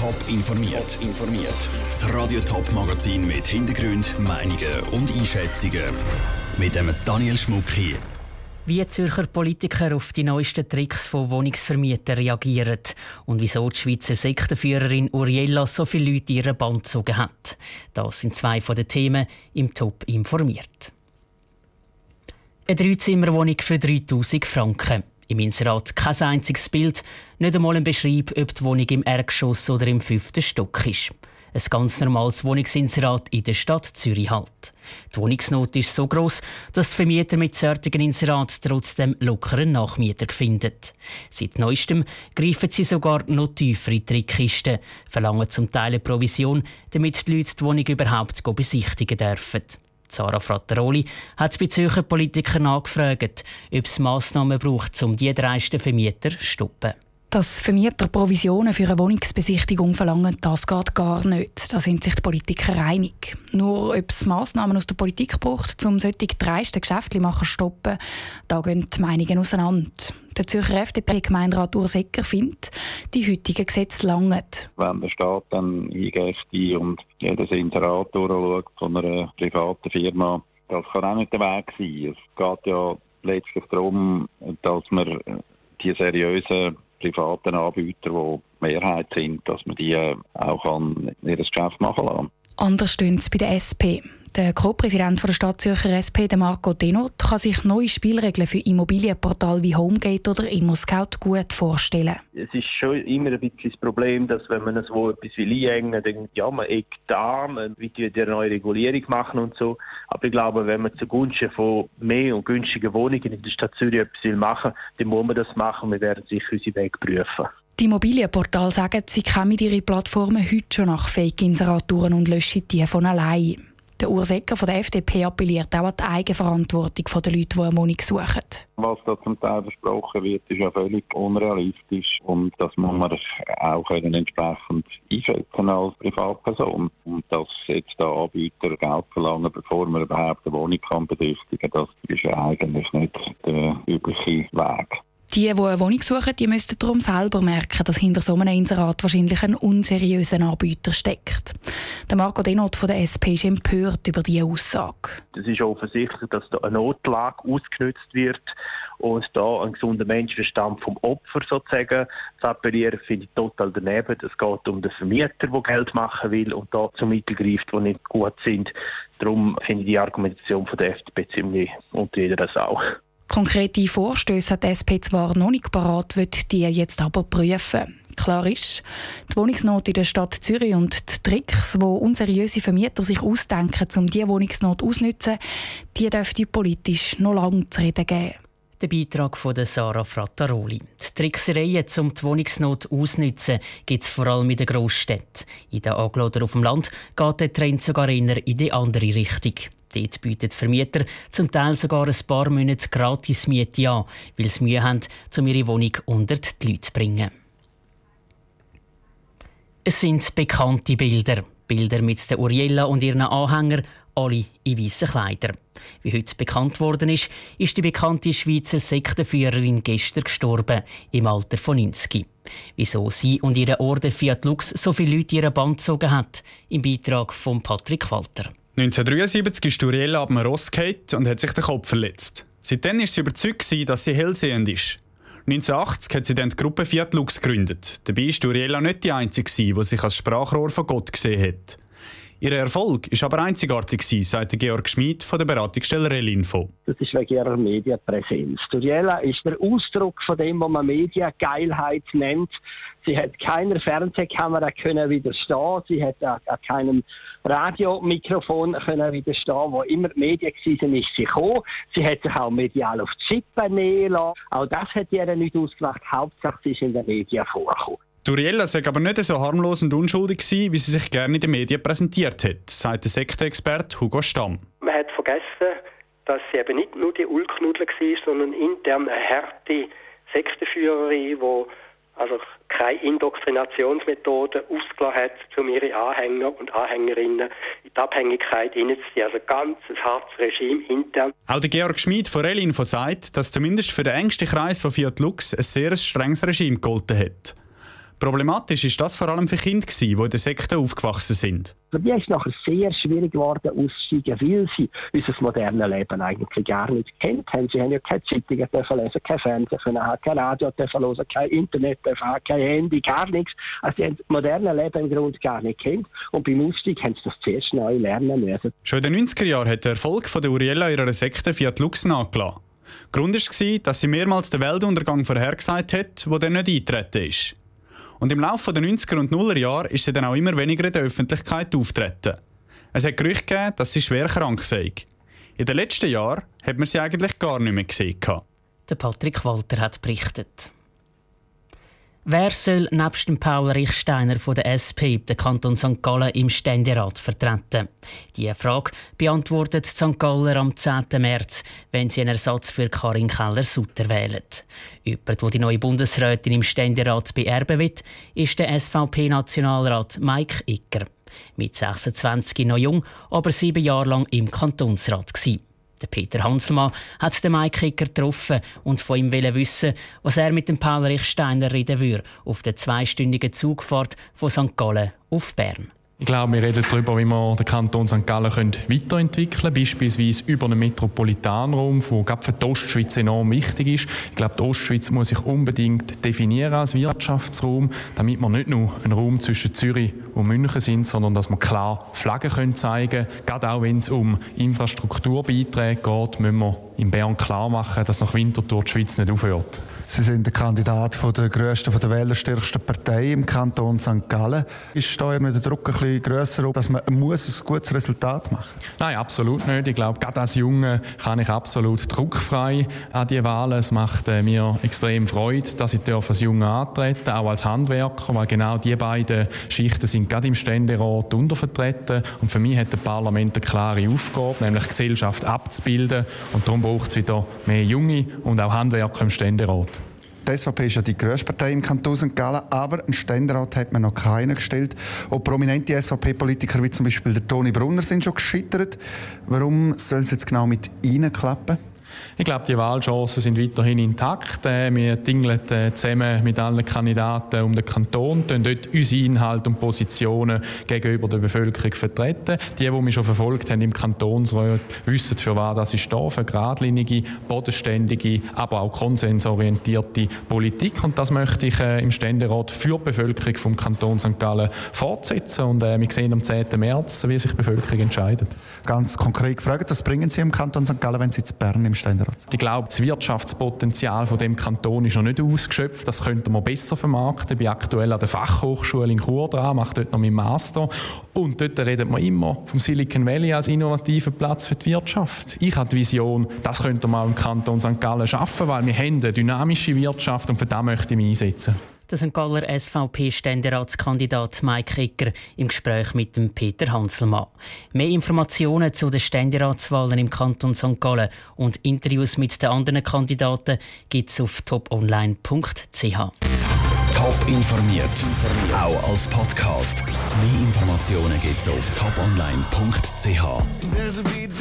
Top informiert. Das Radio Top Magazin mit Hintergrund, Meinungen und Einschätzungen mit dem Daniel Schmuck hier. Wie Zürcher Politiker auf die neuesten Tricks von Wohnungsvermietern reagieren und wieso die Schweizer Sektenführerin Uriella so viele Leute in ihren Bann gezogen hat. Das sind zwei von den Themen im Top informiert. Eine Dreizimmerwohnung für 3'000 Franken. Im Inserat kein einziges Bild, nicht einmal ein Beschreib, ob die Wohnung im Erdgeschoss oder im 5. Stock ist. Ein ganz normales Wohnungsinserat in der Stadt Zürich halt. Die Wohnungsnot ist so gross, dass die Vermieter mit solchen Inserat trotzdem lockeren Nachmieter finden. Seit Neuestem greifen sie sogar noch tiefer in die Trickkisten, verlangen zum Teil eine Provision, damit die Leute die Wohnung überhaupt besichtigen dürfen. Sarah Frattaroli hat bei Zürcher Politikern angefragt, ob es Massnahmen braucht, um die dreisten Vermieter zu stoppen. Dass Vermieter Provisionen für eine Wohnungsbesichtigung verlangen, das geht gar nicht. Da sind sich die Politiker einig. Nur ob es Massnahmen aus der Politik braucht, um solche dreisten Geschäftemacher zu stoppen, da gehen die Meinungen auseinander. Der Zürcher FDP-Gemeinderat Urs Egger findet, die heutigen Gesetze langen. Wenn der Staat dann eingreift und jedes Inserat durchschaut von einer privaten Firma, das kann auch nicht der Weg sein. Es geht ja letztlich darum, dass man die seriösen privaten Anbieter, die Mehrheit sind, dass man die auch an ihr Geschäft machen lassen. Anders steht es bei der SP. Der Co-Präsident der Stadt Zürcher SP, Marco Denot, kann sich neue Spielregeln für Immobilienportale wie Homegate oder ImmoScout gut vorstellen. Es ist schon immer ein bisschen das Problem, dass wenn man so etwas einengen will, dann ja, man eckt da, man will eine neue Regulierung machen und so. Aber ich glaube, wenn man zugunsten von mehr und günstigen Wohnungen in der Stadt Zürich etwas machen will, dann muss man das machen. Wir werden sicher unseren Weg prüfen. Die Immobilienportale sagen, sie kommen ihre Plattformen heute schon nach Fake-Inseraturen und löschen die von allein. Der Urs Egger von der FDP appelliert auch an die Eigenverantwortung der Leute, die eine Wohnung suchen. Was da zum Teil versprochen wird, ist ja völlig unrealistisch und das muss man auch entsprechend einschätzen als Privatperson. Und dass jetzt da Anbieter Geld verlangen, bevor man überhaupt eine Wohnung besichtigen kann, das ist ja eigentlich nicht der übliche Weg. Die eine Wohnung suchen, die müssten darum selber merken, dass hinter so einem Inserat wahrscheinlich ein unseriöser Anbieter steckt. Der Marco Denot von der SP ist empört über diese Aussage. Es ist offensichtlich, dass da eine Notlage ausgenutzt wird und da ein gesunder Menschenverstand vom Opfer sozusagen zu appellieren, finde ich total daneben. Es geht um den Vermieter, der Geld machen will und da zu Mitteln greift, die nicht gut sind. Darum finde ich die Argumentation von der FDP ziemlich unter jeder Sau. Konkrete Vorstöße hat die SP zwar noch nicht parat, wird die jetzt aber prüfen. Klar ist, die Wohnungsnot in der Stadt Zürich und die Tricks, die unseriöse Vermieter sich ausdenken, um diese Wohnungsnot auszunutzen, die dürfte politisch noch lange zu reden geben. Der Beitrag von Sarah Frattaroli. Die Tricksereien, um die Wohnungsnot auszunutzen, gibt es vor allem in den Grossstädten. In den Aglo oder auf dem Land geht der Trend sogar eher in die andere Richtung. Dort bieten die Vermieter zum Teil sogar ein paar Monate Gratismiete an, weil sie Mühe haben, um ihre Wohnung unter die Leute zu bringen. Es sind bekannte Bilder. Bilder mit der Uriella und ihren Anhängern, alle in weißen Kleidern. Wie heute bekannt worden ist die bekannte Schweizer Sektenführerin gestern gestorben, im Alter von 90. Wieso sie und ihre Orden Fiat Lux so viele Leute in ihren Bann gezogen hat, im Beitrag von Patrick Walter. 1973 ist Uriella ab dem Ross gefallen und hat sich den Kopf verletzt. Seitdem war sie überzeugt, dass sie hellsehend ist. 1980 hat sie dann die Gruppe Fiat Lux gegründet. Dabei war Uriella nicht die Einzige, die sich als Sprachrohr von Gott gesehen hat. Ihr Erfolg war aber einzigartig, sagt Georg Schmid von der Beratungsstelle Relinfo. Das ist wegen ihrer Medienpräsenz. Uriella ist der Ausdruck von dem, was man Mediengeilheit nennt. Sie hat keiner Fernsehkamera können widerstehen. Sie hat an keinem Radiomikrofon können widerstehen. Wo immer die Medien waren, ist sie gekommen. Sie hat sich auch medial auf die Schippe nehmen lassen. Auch das hat ihr nicht ausgemacht. Hauptsache, sie ist in den Medien vorgekommen. Uriella sei aber nicht so harmlos und unschuldig gewesen, wie sie sich gerne in den Medien präsentiert hat, sagt der Sektenexperte Hugo Stamm. Man hat vergessen, dass sie eben nicht nur die Ulknudel war, sondern intern eine harte Sektenführerin, die also keine Indoktrinationsmethoden ausgelassen hat, um ihre Anhänger und Anhängerinnen in die Abhängigkeit hineinzuziehen. Also ganz ein hartes Regime intern. Auch der Georg Schmid von Relinfo sagt, dass zumindest für den engsten Kreis von Fiat Lux ein sehr strenges Regime gegolten hat. Problematisch ist das vor allem für Kinder, die in den Sekten aufgewachsen sind. Für die ist es nachher sehr schwierig geworden, auszusteigen, weil sie unser modernes Leben eigentlich gar nicht kennt haben. Sie haben ja keine Zeitungen lesen, kein Fernsehen haben, kein Radio hören, kein Internet haben, kein Handy, gar nichts. Also sie haben das moderne Leben im Grunde gar nicht kennt und beim Ausstieg haben sie das zuerst neu lernen müssen. Schon in den 90er Jahren hat der Erfolg von der Uriella ihrer Sekte Fiat Lux nachgelassen. Grund war, dass sie mehrmals den Weltuntergang vorhergesagt hat, der dann nicht eingetreten ist. Und im Laufe der 90er und 0er Jahre ist sie dann auch immer weniger in der Öffentlichkeit auftreten. Es hat Gerüchte gegeben, dass sie schwer krank sei. In den letzten Jahren hat man sie eigentlich gar nicht mehr gesehen. Der Patrick Walter hat berichtet. Wer soll nebst dem Paul Richtsteiner von der SP den Kanton St. Gallen im Ständerat vertreten? Diese Frage beantwortet die St. Galler am 10. März, wenn sie einen Ersatz für Karin Keller-Sutter wählen. Jemand, der die neue Bundesrätin im Ständerat beerben will, ist der SVP-Nationalrat Mike Icker. Mit 26 noch jung, aber 7 Jahre lang im Kantonsrat gewesen. Der Peter Hanselmann hat den Mike Icker getroffen und von ihm wissen, was er mit dem Paul Richtsteiner reden würde auf der 2-stündigen Zugfahrt von St. Gallen auf Bern. Ich glaube, wir reden darüber, wie wir den Kanton St. Gallen weiterentwickeln können, beispielsweise über einen Metropolitanraum, der gerade für die Ostschweiz enorm wichtig ist. Ich glaube, die Ostschweiz muss sich unbedingt definieren als Wirtschaftsraum, damit wir nicht nur ein Raum zwischen Zürich und München sind, sondern dass wir klar Flaggen zeigen können. Gerade auch wenn es um Infrastrukturbeiträge geht, müssen wir in Bern klar machen, dass nach Winterthur die Schweiz nicht aufhört. Sie sind der Kandidat von der grössten, der wählerstärksten Partei im Kanton St. Gallen. Ist da der Druck ein bisschen grösser, dass man ein gutes Resultat machen muss? Nein, absolut nicht. Ich glaube, gerade als Junge kann ich absolut druckfrei an die Wahlen. Es macht mir extrem Freude, dass ich als Junge antreten darf, auch als Handwerker, weil genau diese beiden Schichten sind gerade im Ständerat untervertreten. Und für mich hat das Parlament eine klare Aufgabe, nämlich die Gesellschaft abzubilden. Und darum braucht es wieder mehr Junge und auch Handwerker im Ständerat. Die SVP ist ja die grösste Partei im Kanton St. Gallen, aber einen Ständerat hat man noch keinen gestellt. Auch prominente SVP-Politiker wie zum Beispiel der Toni Brunner sind schon gescheitert. Warum soll es jetzt genau mit Ihnen klappen? Ich glaube, die Wahlchancen sind weiterhin intakt. Wir tingeln zusammen mit allen Kandidaten um den Kanton, dort unsere Inhalte und Positionen gegenüber der Bevölkerung vertreten. Die mich schon verfolgt haben im Kantonsrat, wissen, für was ich stehe, für geradlinige, bodenständige, aber auch konsensorientierte Politik. Und das möchte ich im Ständerat für die Bevölkerung vom Kanton St. Gallen fortsetzen. Und wir sehen am 10. März, wie sich die Bevölkerung entscheidet. Ganz konkret gefragt, was bringen Sie im Kanton St. Gallen, wenn Sie zu Bern im Ständerat? Ich glaube, das Wirtschaftspotenzial von dem Kanton ist noch nicht ausgeschöpft. Das könnten wir besser vermarkten. Ich bin aktuell an der Fachhochschule in Chur dran, mache dort noch meinen Master. Und dort redet man immer vom Silicon Valley als innovativer Platz für die Wirtschaft. Ich habe die Vision, das könnten wir auch im Kanton St. Gallen schaffen, weil wir haben eine dynamische Wirtschaft und für das möchte ich mich einsetzen. Der St. Galler SVP-Ständeratskandidat Mike Icker im Gespräch mit dem Peter Hanselmann. Mehr Informationen zu den Ständeratswahlen im Kanton St. Gallen und Interviews mit den anderen Kandidaten gibt es auf toponline.ch. Top informiert, auch als Podcast. Mehr Informationen gibt es auf toponline.ch.